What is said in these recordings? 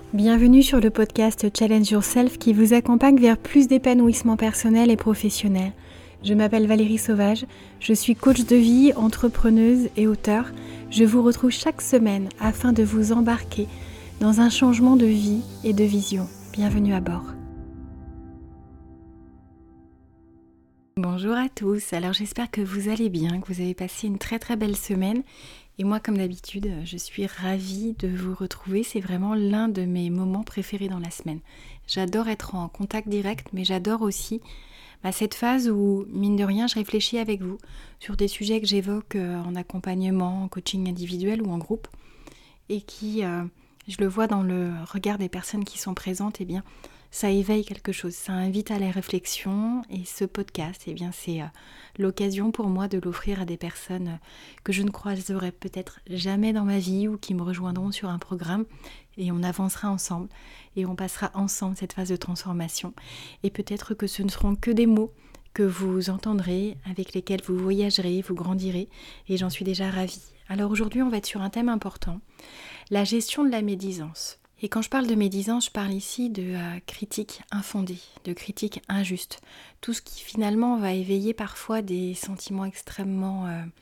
Bienvenue sur le podcast Challenge Yourself qui vous accompagne vers plus d'épanouissement personnel et professionnel. Je m'appelle Valérie Sauvage, je suis coach de vie, entrepreneuse et auteure. Je vous retrouve chaque semaine afin de vous embarquer dans un changement de vie et de vision. Bienvenue à bord. Bonjour à tous, alors j'espère que vous allez bien, que vous avez passé une très très belle semaine. Et moi, comme d'habitude, je suis ravie de vous retrouver. C'est vraiment l'un de mes moments préférés dans la semaine. J'adore être en contact direct, mais j'adore aussi cette phase où, mine de rien, je réfléchis avec vous sur des sujets que j'évoque en accompagnement, en coaching individuel ou en groupe. Et qui, je le vois dans le regard des personnes qui sont présentes, ça éveille quelque chose, ça invite à la réflexion. Et ce podcast, c'est l'occasion pour moi de l'offrir à des personnes que je ne croiserai peut-être jamais dans ma vie ou qui me rejoindront sur un programme et on avancera ensemble et on passera ensemble cette phase de transformation. Et peut-être que ce ne seront que des mots que vous entendrez, avec lesquels vous voyagerez, vous grandirez et j'en suis déjà ravie. Alors aujourd'hui, on va être sur un thème important, la gestion de la médisance. Et quand je parle de médisance, je parle ici de critiques infondées, de critiques injustes. Tout ce qui finalement va éveiller parfois des sentiments extrêmement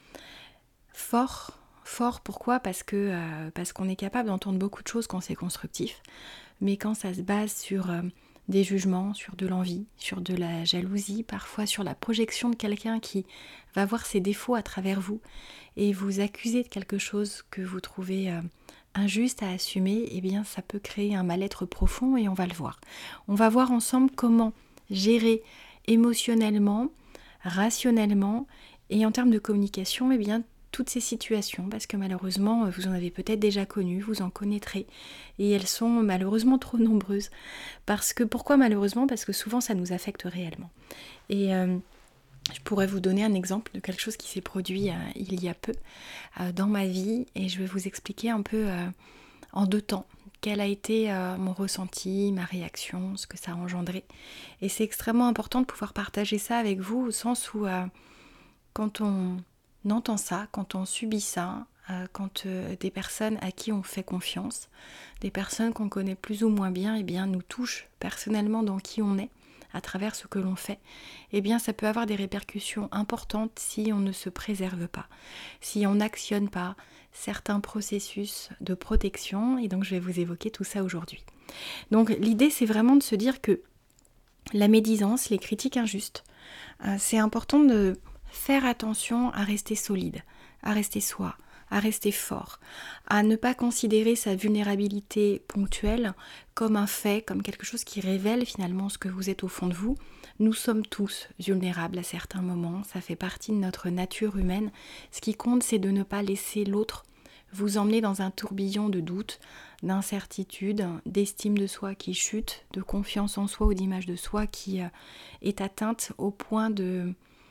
forts. Forts, pourquoi ? Parce qu'on est capable d'entendre beaucoup de choses quand c'est constructif. Mais quand ça se base sur des jugements, sur de l'envie, sur de la jalousie, parfois sur la projection de quelqu'un qui va voir ses défauts à travers vous et vous accuser de quelque chose que vous trouvez injuste à assumer, ça peut créer un mal-être profond et on va le voir. On va voir ensemble comment gérer émotionnellement, rationnellement et en termes de communication, toutes ces situations, parce que malheureusement, vous en avez peut-être déjà connu, vous en connaîtrez, et elles sont malheureusement trop nombreuses. Pourquoi malheureusement ? Parce que souvent ça nous affecte réellement. Et je pourrais vous donner un exemple de quelque chose qui s'est produit il y a peu dans ma vie, et je vais vous expliquer un peu en 2 temps quel a été mon ressenti, ma réaction, ce que ça a engendré. Et c'est extrêmement important de pouvoir partager ça avec vous, au sens où quand on entend ça, quand on subit ça, quand des personnes à qui on fait confiance, des personnes qu'on connaît plus ou moins bien, nous touchent personnellement dans qui on est, à travers ce que l'on fait, ça peut avoir des répercussions importantes si on ne se préserve pas, si on n'actionne pas certains processus de protection, et donc je vais vous évoquer tout ça aujourd'hui. Donc l'idée, c'est vraiment de se dire que la médisance, les critiques injustes, c'est important de faire attention à rester solide, à rester soi, à rester fort, à ne pas considérer sa vulnérabilité ponctuelle comme un fait, comme quelque chose qui révèle finalement ce que vous êtes au fond de vous. Nous sommes tous vulnérables à certains moments, ça fait partie de notre nature humaine. Ce qui compte, c'est de ne pas laisser l'autre vous emmener dans un tourbillon de doutes, d'incertitude, d'estime de soi qui chute, de confiance en soi ou d'image de soi qui est atteinte au point de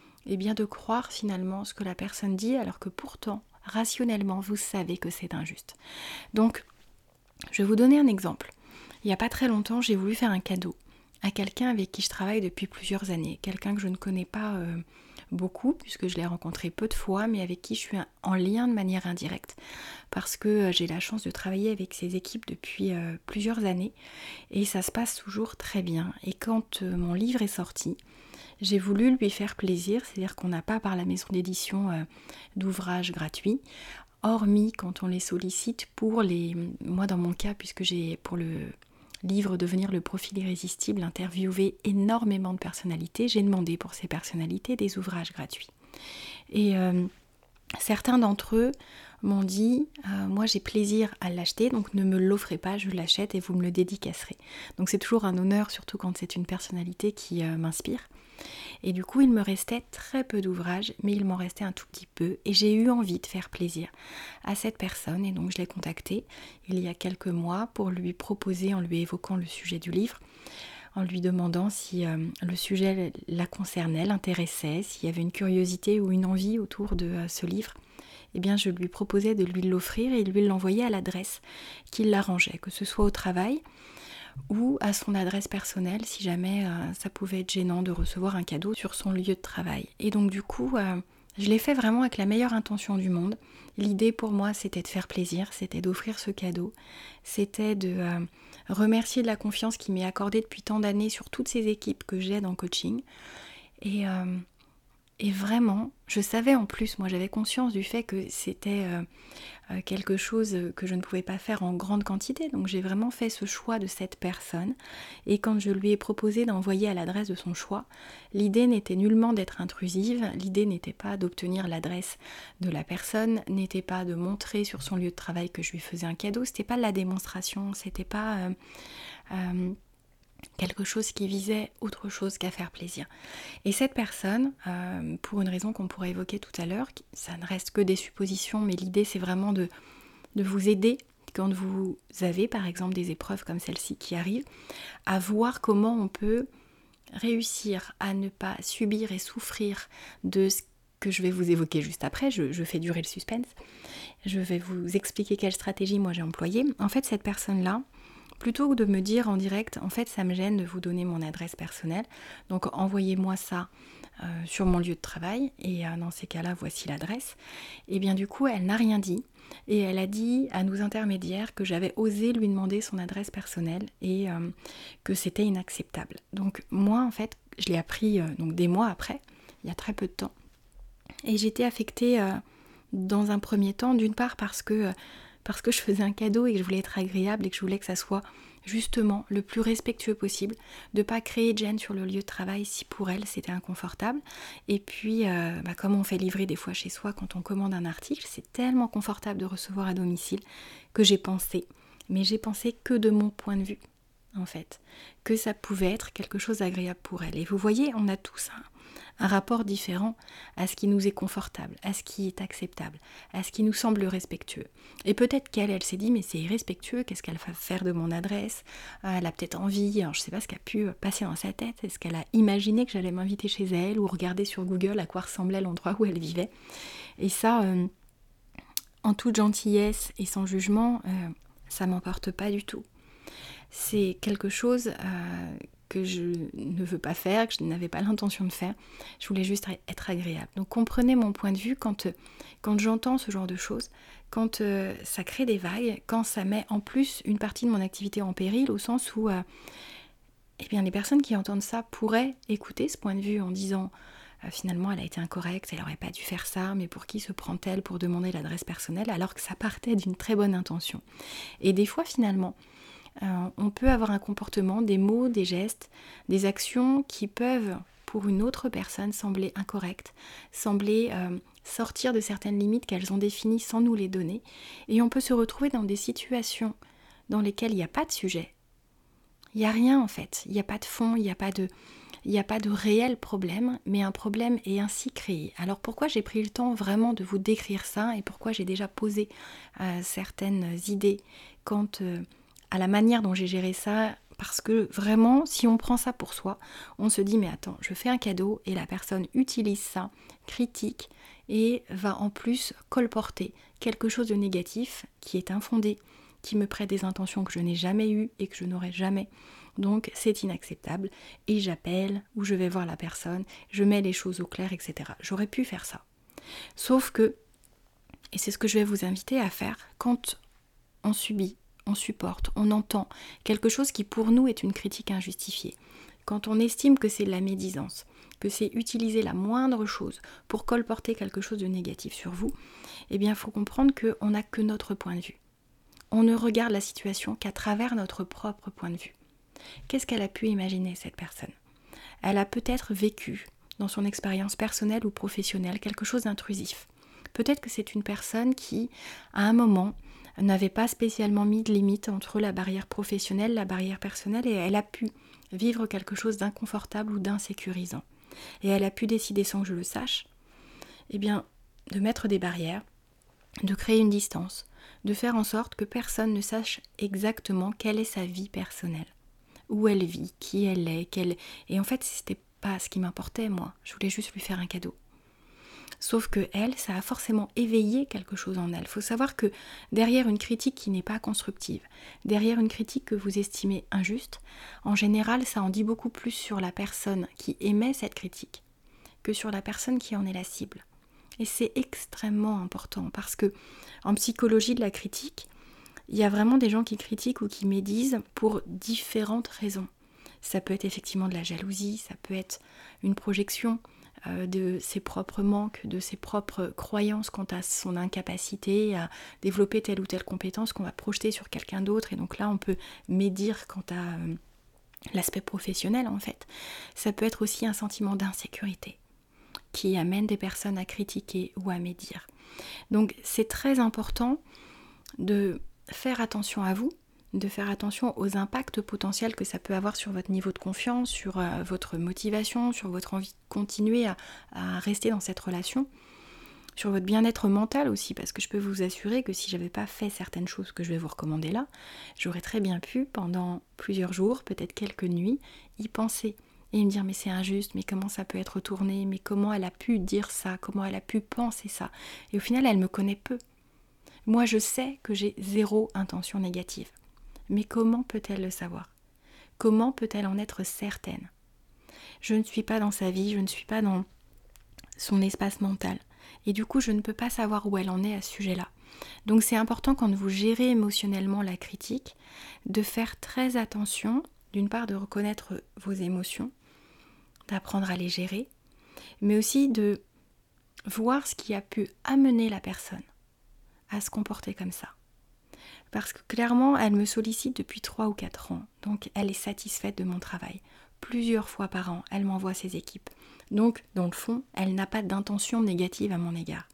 croire finalement ce que la personne dit, alors que pourtant, rationnellement, vous savez que c'est injuste. Donc, je vais vous donner un exemple. Il n'y a pas très longtemps, j'ai voulu faire un cadeau à quelqu'un avec qui je travaille depuis plusieurs années, quelqu'un que je ne connais pas beaucoup, puisque je l'ai rencontré peu de fois, mais avec qui je suis en lien de manière indirecte, parce que j'ai la chance de travailler avec ses équipes depuis plusieurs années, et ça se passe toujours très bien. Et quand mon livre est sorti, j'ai voulu lui faire plaisir, c'est-à-dire qu'on n'a pas par la maison d'édition d'ouvrages gratuits, hormis quand on les sollicite moi dans mon cas, puisque j'ai pour le livre Devenir le profil irrésistible interviewé énormément de personnalités, j'ai demandé pour ces personnalités des ouvrages gratuits. Et certains d'entre eux m'ont dit moi j'ai plaisir à l'acheter, donc ne me l'offrez pas, je l'achète et vous me le dédicacerez. Donc c'est toujours un honneur, surtout quand c'est une personnalité qui m'inspire. Et du coup il me restait très peu d'ouvrages, mais il m'en restait un tout petit peu et j'ai eu envie de faire plaisir à cette personne, et donc je l'ai contactée il y a quelques mois pour lui proposer, en lui évoquant le sujet du livre, en lui demandant si le sujet la concernait, l'intéressait, s'il y avait une curiosité ou une envie autour de ce livre. Je lui proposais de lui l'offrir et de lui l'envoyer à l'adresse qui l'arrangeait, que ce soit au travail ou à son adresse personnelle si jamais ça pouvait être gênant de recevoir un cadeau sur son lieu de travail. Et donc du coup, Je l'ai fait vraiment avec la meilleure intention du monde. L'idée pour moi, c'était de faire plaisir, c'était d'offrir ce cadeau, c'était de remercier de la confiance qui m'est accordée depuis tant d'années sur toutes ces équipes que j'aide en coaching. Et, euh, et vraiment, je savais en plus, moi j'avais conscience du fait que c'était quelque chose que je ne pouvais pas faire en grande quantité. Donc j'ai vraiment fait ce choix de cette personne. Et quand je lui ai proposé d'envoyer à l'adresse de son choix, l'idée n'était nullement d'être intrusive, l'idée n'était pas d'obtenir l'adresse de la personne, n'était pas de montrer sur son lieu de travail que je lui faisais un cadeau, c'était pas de la démonstration, c'était pas quelque chose qui visait autre chose qu'à faire plaisir. Et cette personne, pour une raison qu'on pourrait évoquer tout à l'heure, ça ne reste que des suppositions, mais l'idée c'est vraiment de vous aider quand vous avez par exemple des épreuves comme celle-ci qui arrivent, à voir comment on peut réussir à ne pas subir et souffrir de ce que je vais vous évoquer juste après. Je fais durer le suspense. Je vais vous expliquer quelle stratégie moi j'ai employée. En fait, cette personne-là, plutôt que de me dire en direct, en fait ça me gêne de vous donner mon adresse personnelle, donc envoyez-moi ça sur mon lieu de travail, et dans ces cas-là voici l'adresse, et bien du coup elle n'a rien dit, et elle a dit à nos intermédiaires que j'avais osé lui demander son adresse personnelle, et que c'était inacceptable. Donc moi en fait je l'ai appris donc des mois après, il y a très peu de temps, et j'étais affectée dans un premier temps, d'une part parce que je faisais un cadeau et que je voulais être agréable et que je voulais que ça soit justement le plus respectueux possible, de ne pas créer de gêne sur le lieu de travail si pour elle c'était inconfortable. Et puis, comme on fait livrer des fois chez soi quand on commande un article, c'est tellement confortable de recevoir à domicile que j'ai pensé, mais j'ai pensé que de mon point de vue, en fait, que ça pouvait être quelque chose d'agréable pour elle. Et vous voyez, on a tous un rapport différent à ce qui nous est confortable, à ce qui est acceptable, à ce qui nous semble respectueux. Et peut-être elle s'est dit, mais c'est irrespectueux, qu'est-ce qu'elle va faire de mon adresse ? Elle a peut-être envie, alors je ne sais pas ce qui a pu passer dans sa tête, est-ce qu'elle a imaginé que j'allais m'inviter chez elle ou regarder sur Google à quoi ressemblait l'endroit où elle vivait. Et ça, en toute gentillesse et sans jugement, ça m'emporte pas du tout. C'est quelque chose que je ne veux pas faire, que je n'avais pas l'intention de faire. Je voulais juste être agréable. Donc comprenez mon point de vue quand j'entends ce genre de choses, quand ça crée des vagues, quand ça met en plus une partie de mon activité en péril, au sens où eh bien, les personnes qui entendent ça pourraient écouter ce point de vue en disant finalement elle a été incorrecte, elle n'aurait pas dû faire ça, mais pour qui se prend-elle pour demander l'adresse personnelle alors que ça partait d'une très bonne intention. Et des fois finalement, on peut avoir un comportement, des mots, des gestes, des actions qui peuvent, pour une autre personne, sembler incorrectes, sembler sortir de certaines limites qu'elles ont définies sans nous les donner. Et on peut se retrouver dans des situations dans lesquelles il n'y a pas de sujet. Il n'y a rien en fait, il n'y a pas de fond, il n'y a pas de réel problème, mais un problème est ainsi créé. Alors pourquoi j'ai pris le temps vraiment de vous décrire ça et pourquoi j'ai déjà posé certaines idées quant à la manière dont j'ai géré ça, parce que vraiment, si on prend ça pour soi, on se dit mais attends, je fais un cadeau et la personne utilise ça, critique et va en plus colporter quelque chose de négatif qui est infondé, qui me prête des intentions que je n'ai jamais eues et que je n'aurai jamais. Donc c'est inacceptable et j'appelle ou je vais voir la personne, je mets les choses au clair, etc. J'aurais pu faire ça. Sauf que, et c'est ce que je vais vous inviter à faire, quand on subit, on supporte, on entend quelque chose qui pour nous est une critique injustifiée, quand on estime que c'est de la médisance, que c'est utiliser la moindre chose pour colporter quelque chose de négatif sur vous, eh bien il faut comprendre qu'on n'a que notre point de vue. On ne regarde la situation qu'à travers notre propre point de vue. Qu'est-ce qu'elle a pu imaginer cette personne ? Elle a peut-être vécu, dans son expérience personnelle ou professionnelle, quelque chose d'intrusif. Peut-être que c'est une personne qui, à un moment, n'avait pas spécialement mis de limite entre la barrière professionnelle, la barrière personnelle, et elle a pu vivre quelque chose d'inconfortable ou d'insécurisant. Et elle a pu décider, sans que je le sache, eh bien, de mettre des barrières, de créer une distance, de faire en sorte que personne ne sache exactement quelle est sa vie personnelle, où elle vit, qui elle est, Et en fait, c'était pas ce qui m'importait, moi. Je voulais juste lui faire un cadeau. Sauf que elle, ça a forcément éveillé quelque chose en elle. Il faut savoir que derrière une critique qui n'est pas constructive, derrière une critique que vous estimez injuste, en général, ça en dit beaucoup plus sur la personne qui émet cette critique que sur la personne qui en est la cible. Et c'est extrêmement important parce que en psychologie de la critique, il y a vraiment des gens qui critiquent ou qui médisent pour différentes raisons. Ça peut être effectivement de la jalousie, ça peut être une projection de ses propres manques, de ses propres croyances quant à son incapacité à développer telle ou telle compétence qu'on va projeter sur quelqu'un d'autre. Et donc là, on peut médire quant à l'aspect professionnel en fait. Ça peut être aussi un sentiment d'insécurité qui amène des personnes à critiquer ou à médire. Donc c'est très important de faire attention à vous, de faire attention aux impacts potentiels que ça peut avoir sur votre niveau de confiance, sur votre motivation, sur votre envie de continuer à rester dans cette relation, sur votre bien-être mental aussi, parce que je peux vous assurer que si j'avais pas fait certaines choses que je vais vous recommander là, j'aurais très bien pu, pendant plusieurs jours, peut-être quelques nuits, y penser et me dire mais c'est injuste, mais comment ça peut être tourné, mais comment elle a pu dire ça, comment elle a pu penser ça. Et au final, elle me connaît peu. Moi, je sais que j'ai zéro intention négative. Mais comment peut-elle le savoir? Comment peut-elle en être certaine? Je ne suis pas dans sa vie, je ne suis pas dans son espace mental. Et du coup, je ne peux pas savoir où elle en est à ce sujet-là. Donc c'est important quand vous gérez émotionnellement la critique, de faire très attention, d'une part de reconnaître vos émotions, d'apprendre à les gérer, mais aussi de voir ce qui a pu amener la personne à se comporter comme ça. Parce que clairement, elle me sollicite depuis 3 ou 4 ans, donc elle est satisfaite de mon travail. Plusieurs fois par an, elle m'envoie ses équipes. Donc, dans le fond, elle n'a pas d'intention négative à mon égard.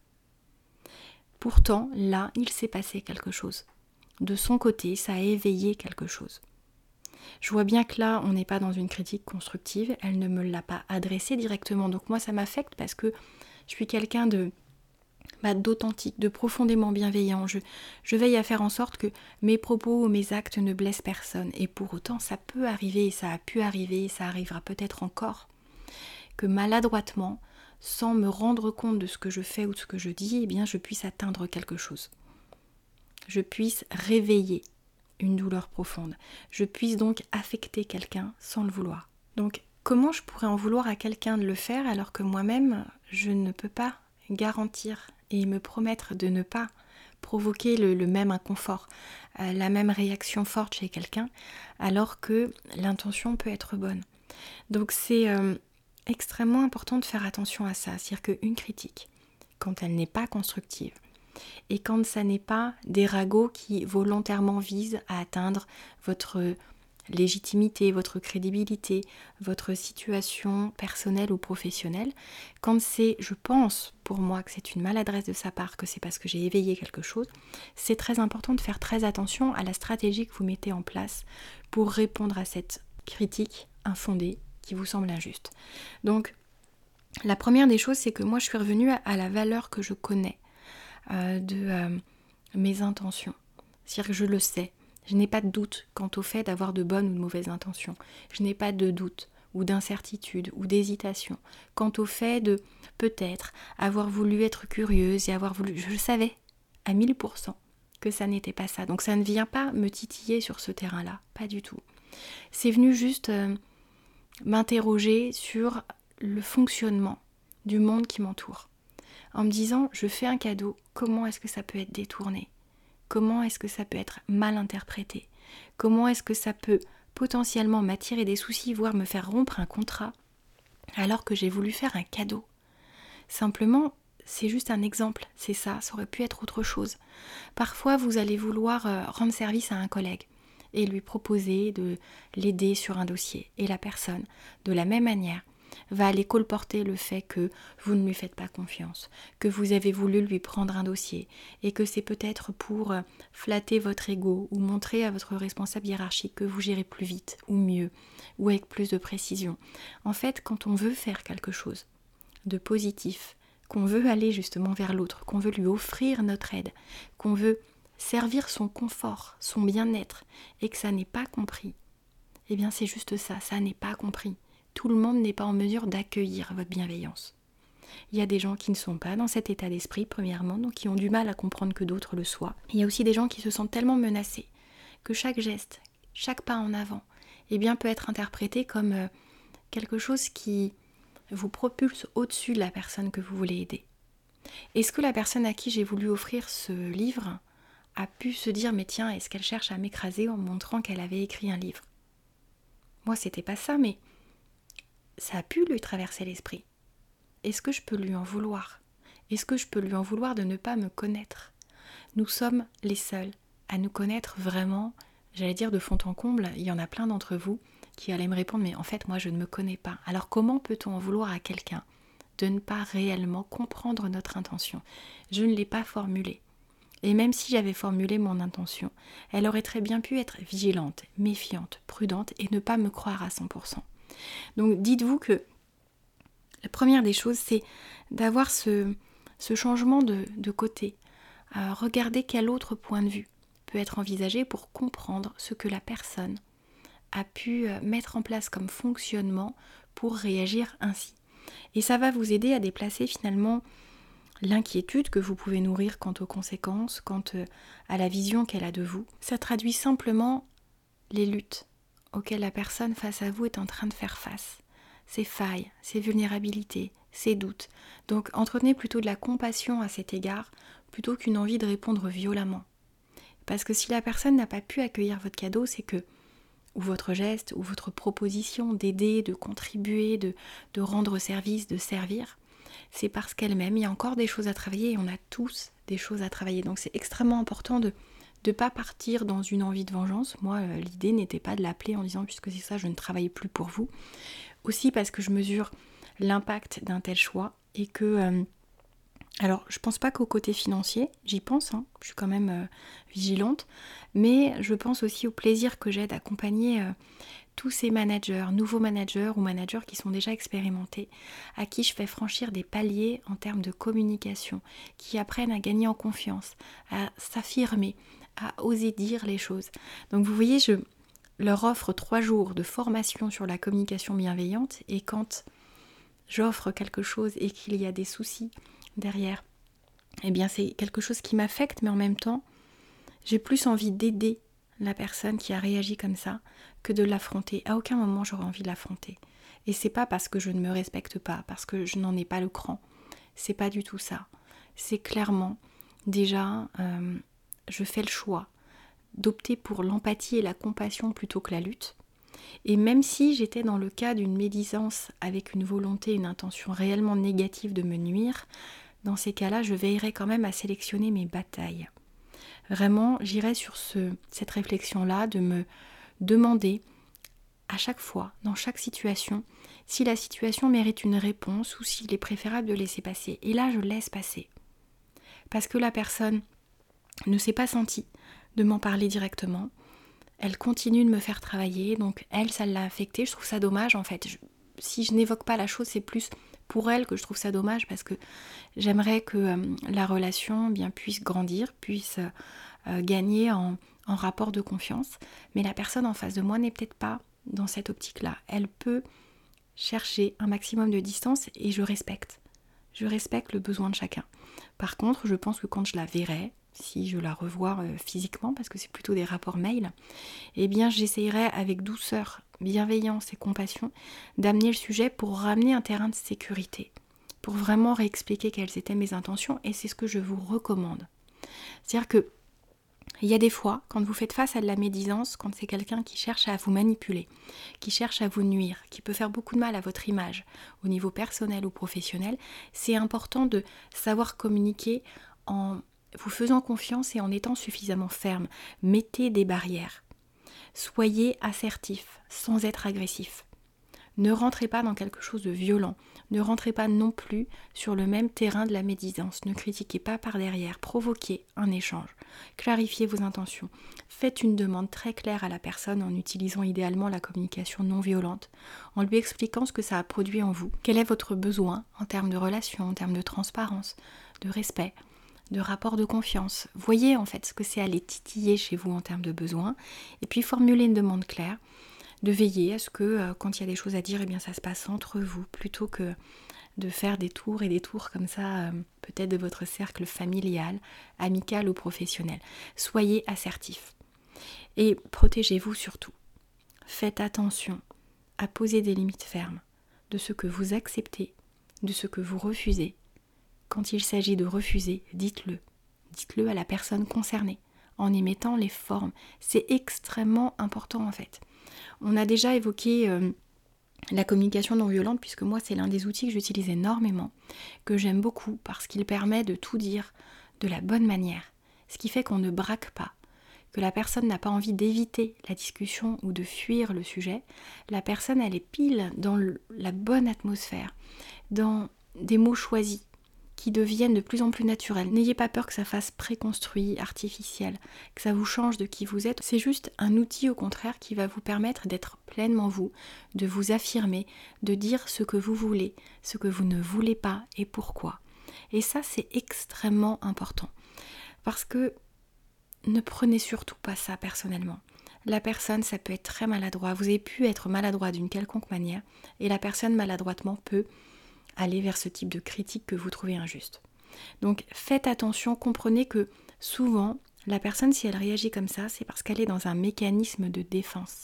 Pourtant, là, il s'est passé quelque chose. De son côté, ça a éveillé quelque chose. Je vois bien que là, on n'est pas dans une critique constructive, elle ne me l'a pas adressée directement, donc moi ça m'affecte parce que je suis quelqu'un d'authentique, de profondément bienveillant. Je veille à faire en sorte que mes propos ou mes actes ne blessent personne. Et pour autant, ça peut arriver, et ça a pu arriver, et ça arrivera peut-être encore, que maladroitement, sans me rendre compte de ce que je fais ou de ce que je dis, eh bien, je puisse atteindre quelque chose. Je puisse réveiller une douleur profonde. Je puisse donc affecter quelqu'un sans le vouloir. Donc, comment je pourrais en vouloir à quelqu'un de le faire alors que moi-même, je ne peux pas garantir et me promettre de ne pas provoquer le même inconfort, la même réaction forte chez quelqu'un, alors que l'intention peut être bonne. Donc c'est extrêmement important de faire attention à ça, c'est-à-dire qu'une critique, quand elle n'est pas constructive, et quand ça n'est pas des ragots qui volontairement visent à atteindre votre légitimité, votre crédibilité, votre situation personnelle ou professionnelle, quand c'est, je pense pour moi que c'est une maladresse de sa part, que c'est parce que j'ai éveillé quelque chose, c'est très important de faire très attention à la stratégie que vous mettez en place pour répondre à cette critique infondée qui vous semble injuste. Donc, la première des choses, c'est que moi je suis revenue à la valeur que je connais de mes intentions. C'est-à-dire que je le sais. Je n'ai pas de doute quant au fait d'avoir de bonnes ou de mauvaises intentions. Je n'ai pas de doute ou d'incertitude ou d'hésitation quant au fait de peut-être avoir voulu être curieuse et avoir voulu... Je le savais à 1000% que ça n'était pas ça. Donc ça ne vient pas me titiller sur ce terrain-là. Pas du tout. C'est venu juste m'interroger sur le fonctionnement du monde qui m'entoure. En me disant, je fais un cadeau, comment est-ce que ça peut être détourné? Comment est-ce que ça peut être mal interprété? Comment est-ce que ça peut potentiellement m'attirer des soucis, voire me faire rompre un contrat, alors que j'ai voulu faire un cadeau? Simplement, c'est juste un exemple, c'est ça aurait pu être autre chose. Parfois, vous allez vouloir rendre service à un collègue et lui proposer de l'aider sur un dossier. Et la personne, de la même manière, va aller colporter le fait que vous ne lui faites pas confiance, que vous avez voulu lui prendre un dossier et que c'est peut-être pour flatter votre ego ou montrer à votre responsable hiérarchique que vous gérez plus vite ou mieux ou avec plus de précision. En fait, quand on veut faire quelque chose de positif, qu'on veut aller justement vers l'autre, qu'on veut lui offrir notre aide, qu'on veut servir son confort, son bien-être et que ça n'est pas compris, eh bien c'est juste ça, ça n'est pas compris. Tout le monde n'est pas en mesure d'accueillir votre bienveillance. Il y a des gens qui ne sont pas dans cet état d'esprit, premièrement, donc qui ont du mal à comprendre que d'autres le soient. Il y a aussi des gens qui se sentent tellement menacés que chaque geste, chaque pas en avant, eh bien, peut être interprété comme quelque chose qui vous propulse au-dessus de la personne que vous voulez aider. Est-ce que la personne à qui j'ai voulu offrir ce livre a pu se dire mais tiens, est-ce qu'elle cherche à m'écraser en montrant qu'elle avait écrit un livre? Moi, c'était pas ça, mais ça a pu lui traverser l'esprit. Est-ce que je peux lui en vouloir? Est-ce que je peux lui en vouloir de ne pas me connaître? Nous sommes les seuls à nous connaître vraiment, j'allais dire de fond en comble. Il y en a plein d'entre vous qui allaient me répondre mais en fait moi je ne me connais pas. Alors comment peut-on en vouloir à quelqu'un de ne pas réellement comprendre notre intention? Je ne l'ai pas formulée. Et même si j'avais formulé mon intention, elle aurait très bien pu être vigilante, méfiante, prudente et ne pas me croire à 100%. Donc dites-vous que la première des choses, c'est d'avoir ce changement de côté. Regardez quel autre point de vue peut être envisagé pour comprendre ce que la personne a pu mettre en place comme fonctionnement pour réagir ainsi. Et ça va vous aider à déplacer finalement l'inquiétude que vous pouvez nourrir quant aux conséquences, quant à la vision qu'elle a de vous. Ça traduit simplement les luttes auxquelles la personne face à vous est en train de faire face. Ses failles, ses vulnérabilités, ses doutes. Donc entretenez plutôt de la compassion à cet égard plutôt qu'une envie de répondre violemment. Parce que si la personne n'a pas pu accueillir votre cadeau, c'est que, ou votre geste, ou votre proposition d'aider, de contribuer, de rendre service, de servir, c'est parce qu'elle-même, il y a encore des choses à travailler et on a tous des choses à travailler. Donc c'est extrêmement important de ne pas partir dans une envie de vengeance. Moi, l'idée n'était pas de l'appeler en disant puisque c'est ça, je ne travaille plus pour vous. Aussi parce que je mesure l'impact d'un tel choix et que... alors, je pense pas qu'au côté financier, j'y pense, je suis quand même vigilante, mais je pense aussi au plaisir que j'ai d'accompagner tous ces managers, nouveaux managers ou managers qui sont déjà expérimentés, à qui je fais franchir des paliers en termes de communication, qui apprennent à gagner en confiance, à s'affirmer, à oser dire les choses. Donc vous voyez, je leur offre 3 jours de formation sur la communication bienveillante et quand j'offre quelque chose et qu'il y a des soucis derrière, eh bien c'est quelque chose qui m'affecte, mais en même temps, j'ai plus envie d'aider la personne qui a réagi comme ça que de l'affronter. À aucun moment j'aurais envie de l'affronter. Et c'est pas parce que je ne me respecte pas, parce que je n'en ai pas le cran. C'est pas du tout ça. C'est clairement, déjà, je fais le choix d'opter pour l'empathie et la compassion plutôt que la lutte. Et même si j'étais dans le cas d'une médisance avec une volonté, une intention réellement négative de me nuire, dans ces cas-là, je veillerais quand même à sélectionner mes batailles. Vraiment, j'irais sur cette réflexion-là de me demander à chaque fois, dans chaque situation, si la situation mérite une réponse ou s'il est préférable de laisser passer. Et là, je laisse passer. Parce que la personne ne s'est pas sentie de m'en parler directement. Elle continue de me faire travailler, donc elle, ça l'a affectée. Je trouve ça dommage en fait. Si je n'évoque pas la chose, c'est plus pour elle que je trouve ça dommage parce que j'aimerais que la relation puisse grandir, puisse gagner en rapport de confiance. Mais la personne en face de moi n'est peut-être pas dans cette optique-là. Elle peut chercher un maximum de distance et je respecte. Je respecte le besoin de chacun. Par contre, je pense que quand je la verrai, si je la revois physiquement, parce que c'est plutôt des rapports mail, eh bien j'essayerai avec douceur, bienveillance et compassion d'amener le sujet pour ramener un terrain de sécurité, pour vraiment réexpliquer quelles étaient mes intentions et c'est ce que je vous recommande. C'est-à-dire que il y a des fois, quand vous faites face à de la médisance, quand c'est quelqu'un qui cherche à vous manipuler, qui cherche à vous nuire, qui peut faire beaucoup de mal à votre image, au niveau personnel ou professionnel, c'est important de savoir communiquer en vous faisant confiance et en étant suffisamment ferme. Mettez des barrières. Soyez assertif, sans être agressif. Ne rentrez pas dans quelque chose de violent. Ne rentrez pas non plus sur le même terrain de la médisance. Ne critiquez pas par derrière. Provoquez un échange. Clarifiez vos intentions. Faites une demande très claire à la personne en utilisant idéalement la communication non violente, en lui expliquant ce que ça a produit en vous. Quel est votre besoin en termes de relation, en termes de transparence, de respect, de rapport de confiance. Voyez en fait ce que c'est aller titiller chez vous en termes de besoins. Et puis formulez une demande claire. De veiller à ce que quand il y a des choses à dire, eh bien ça se passe entre vous, plutôt que de faire des tours et des tours comme ça, peut-être de votre cercle familial, amical ou professionnel. Soyez assertif. Et protégez-vous surtout. Faites attention à poser des limites fermes de ce que vous acceptez, de ce que vous refusez, quand il s'agit de refuser, dites-le. Dites-le à la personne concernée, en y mettant les formes. C'est extrêmement important en fait. On a déjà évoqué la communication non violente, puisque moi c'est l'un des outils que j'utilise énormément, que j'aime beaucoup, parce qu'il permet de tout dire de la bonne manière, ce qui fait qu'on ne braque pas, que la personne n'a pas envie d'éviter la discussion ou de fuir le sujet. La personne, elle est pile dans la bonne atmosphère, dans des mots choisis qui deviennent de plus en plus naturels. N'ayez pas peur que ça fasse préconstruit, artificiel, que ça vous change de qui vous êtes. C'est juste un outil au contraire qui va vous permettre d'être pleinement vous, de vous affirmer, de dire ce que vous voulez, ce que vous ne voulez pas et pourquoi. Et ça, c'est extrêmement important. Parce que ne prenez surtout pas ça personnellement. La personne, ça peut être très maladroit. Vous avez pu être maladroit d'une quelconque manière et la personne maladroitement peut aller vers ce type de critique que vous trouvez injuste. Donc faites attention, comprenez que souvent, la personne, si elle réagit comme ça, c'est parce qu'elle est dans un mécanisme de défense.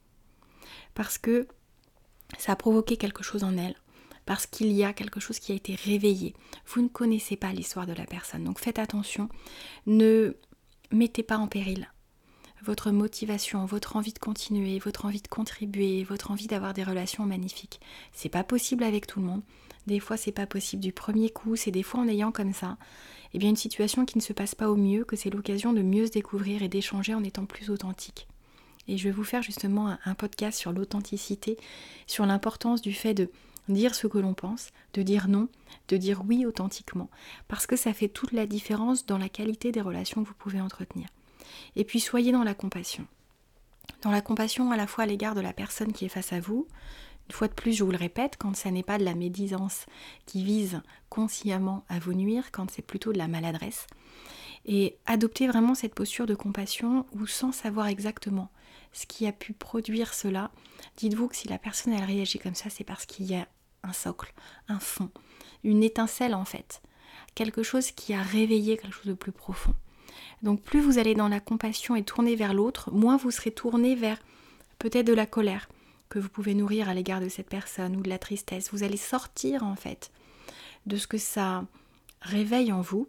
Parce que ça a provoqué quelque chose en elle. Parce qu'il y a quelque chose qui a été réveillé. Vous ne connaissez pas l'histoire de la personne. Donc faites attention. Ne mettez pas en péril votre motivation, votre envie de continuer, votre envie de contribuer, votre envie d'avoir des relations magnifiques. C'est pas possible avec tout le monde. Des fois, c'est pas possible du premier coup. C'est des fois en ayant comme ça, une situation qui ne se passe pas au mieux, que c'est l'occasion de mieux se découvrir et d'échanger en étant plus authentique. Et je vais vous faire justement un podcast sur l'authenticité, sur l'importance du fait de dire ce que l'on pense, de dire non, de dire oui authentiquement, parce que ça fait toute la différence dans la qualité des relations que vous pouvez entretenir. Et puis soyez dans la compassion. Dans la compassion à la fois à l'égard de la personne qui est face à vous. Une fois de plus, je vous le répète, quand ça n'est pas de la médisance qui vise consciemment à vous nuire, quand c'est plutôt de la maladresse. Et adoptez vraiment cette posture de compassion où, sans savoir exactement ce qui a pu produire cela, dites-vous que si la personne elle réagit comme ça, c'est parce qu'il y a un socle, un fond, une étincelle en fait, quelque chose qui a réveillé quelque chose de plus profond. Donc plus vous allez dans la compassion et tourner vers l'autre, moins vous serez tourné vers peut-être de la colère que vous pouvez nourrir à l'égard de cette personne ou de la tristesse. Vous allez sortir en fait de ce que ça réveille en vous.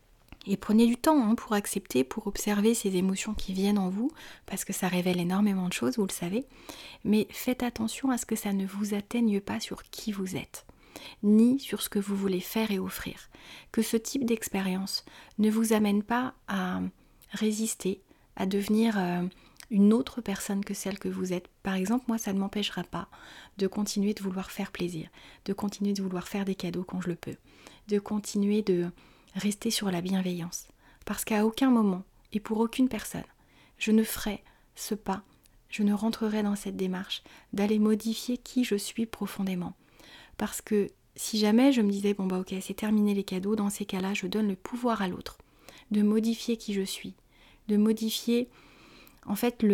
Et prenez du temps pour accepter, pour observer ces émotions qui viennent en vous, parce que ça révèle énormément de choses, vous le savez. Mais faites attention à ce que ça ne vous atteigne pas sur qui vous êtes, ni sur ce que vous voulez faire et offrir. Que ce type d'expérience ne vous amène pas à résister, à devenir une autre personne que celle que vous êtes. Par exemple, moi, ça ne m'empêchera pas de continuer de vouloir faire plaisir, de continuer de vouloir faire des cadeaux quand je le peux, de continuer de rester sur la bienveillance. Parce qu'à aucun moment, et pour aucune personne, je ne ferai ce pas, je ne rentrerai dans cette démarche d'aller modifier qui je suis profondément. Parce que si jamais je me disais, ok, c'est terminé les cadeaux, dans ces cas-là, je donne le pouvoir à l'autre de modifier qui je suis, de modifier en fait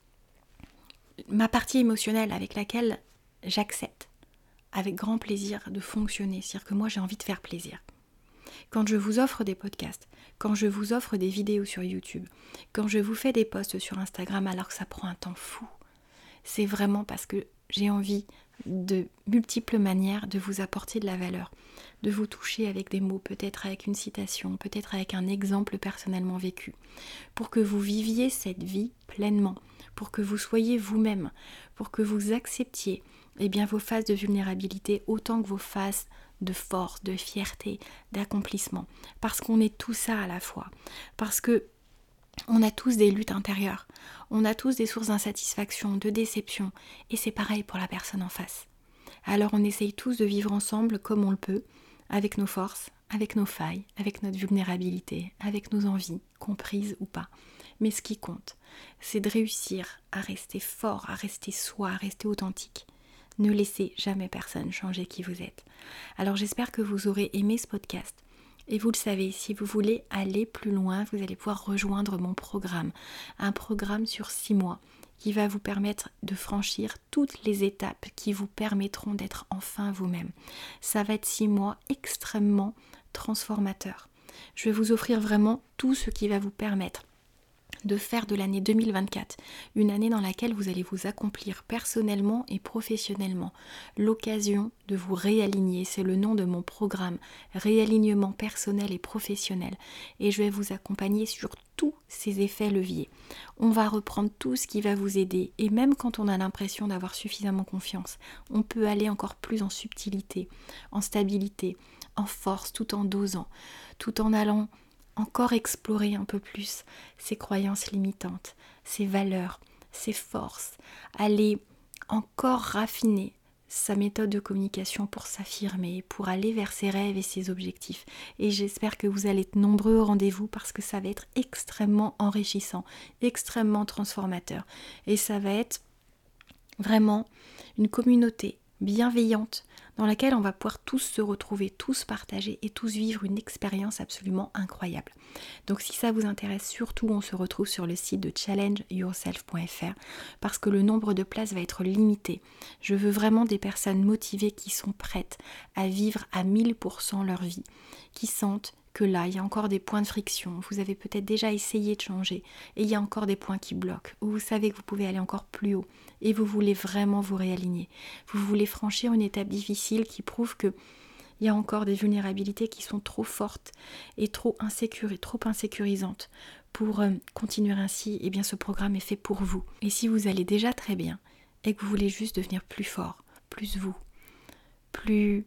ma partie émotionnelle avec laquelle j'accepte avec grand plaisir de fonctionner. C'est-à-dire que moi, j'ai envie de faire plaisir. Quand je vous offre des podcasts, quand je vous offre des vidéos sur YouTube, quand je vous fais des posts sur Instagram alors que ça prend un temps fou, c'est vraiment parce que j'ai envie de multiples manières de vous apporter de la valeur, de vous toucher avec des mots, peut-être avec une citation, peut-être avec un exemple personnellement vécu, pour que vous viviez cette vie pleinement, pour que vous soyez vous-même, pour que vous acceptiez vos phases de vulnérabilité autant que vos phases de force, de fierté, d'accomplissement, parce qu'on est tout ça à la fois, parce que on a tous des luttes intérieures, on a tous des sources d'insatisfaction, de déception, et c'est pareil pour la personne en face. Alors on essaye tous de vivre ensemble comme on le peut, avec nos forces, avec nos failles, avec notre vulnérabilité, avec nos envies, comprises ou pas. Mais ce qui compte, c'est de réussir à rester fort, à rester soi, à rester authentique. Ne laissez jamais personne changer qui vous êtes. Alors j'espère que vous aurez aimé ce podcast. Et vous le savez, si vous voulez aller plus loin, vous allez pouvoir rejoindre mon programme. Un programme sur 6 mois qui va vous permettre de franchir toutes les étapes qui vous permettront d'être enfin vous-même. Ça va être 6 mois extrêmement transformateurs. Je vais vous offrir vraiment tout ce qui va vous permettre de faire de l'année 2024 une année dans laquelle vous allez vous accomplir personnellement et professionnellement. L'occasion de vous réaligner, c'est le nom de mon programme, réalignement personnel et professionnel. Et je vais vous accompagner sur tous ces effets leviers. On va reprendre tout ce qui va vous aider et même quand on a l'impression d'avoir suffisamment confiance, on peut aller encore plus en subtilité, en stabilité, en force, tout en dosant, tout en allant encore explorer un peu plus ses croyances limitantes, ses valeurs, ses forces, aller encore raffiner sa méthode de communication pour s'affirmer, pour aller vers ses rêves et ses objectifs. Et j'espère que vous allez être nombreux au rendez-vous parce que ça va être extrêmement enrichissant, extrêmement transformateur. Et ça va être vraiment une communauté bienveillante dans laquelle on va pouvoir tous se retrouver, tous partager et tous vivre une expérience absolument incroyable. Donc si ça vous intéresse, surtout on se retrouve sur le site de challengeyourself.fr parce que le nombre de places va être limité. Je veux vraiment des personnes motivées qui sont prêtes à vivre à 1000% leur vie, qui sentent que là, il y a encore des points de friction, vous avez peut-être déjà essayé de changer et il y a encore des points qui bloquent, où vous savez que vous pouvez aller encore plus haut et vous voulez vraiment vous réaligner. Vous voulez franchir une étape difficile qui prouve que il y a encore des vulnérabilités qui sont trop fortes et trop insécurisantes pour continuer ainsi. Eh bien, ce programme est fait pour vous. Et si vous allez déjà très bien et que vous voulez juste devenir plus fort, plus vous, plus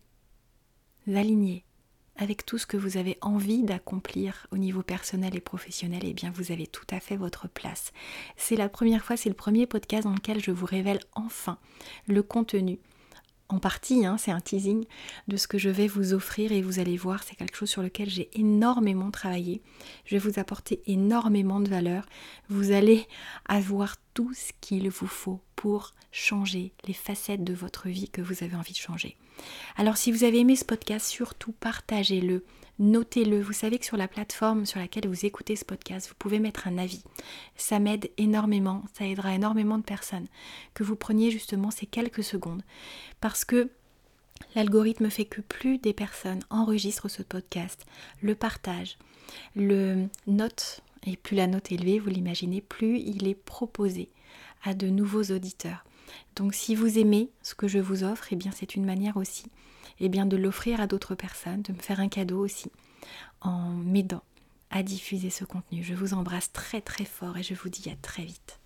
aligné, avec tout ce que vous avez envie d'accomplir au niveau personnel et professionnel, eh bien vous avez tout à fait votre place. C'est la première fois, c'est le premier podcast dans lequel je vous révèle enfin le contenu. En partie, c'est un teasing de ce que je vais vous offrir et vous allez voir, c'est quelque chose sur lequel j'ai énormément travaillé. Je vais vous apporter énormément de valeur. Vous allez avoir tout ce qu'il vous faut pour changer les facettes de votre vie que vous avez envie de changer. Alors si vous avez aimé ce podcast, surtout partagez-le, notez-le. Vous savez que sur la plateforme sur laquelle vous écoutez ce podcast, vous pouvez mettre un avis. Ça m'aide énormément, ça aidera énormément de personnes. Que vous preniez justement ces quelques secondes. Parce que l'algorithme fait que plus des personnes enregistrent ce podcast, le partagent, le notent, et plus la note est élevée, vous l'imaginez, plus il est proposé à de nouveaux auditeurs. Donc si vous aimez ce que je vous offre, eh bien c'est une manière aussi de l'offrir à d'autres personnes, de me faire un cadeau aussi en m'aidant à diffuser ce contenu. Je vous embrasse très très fort et je vous dis à très vite.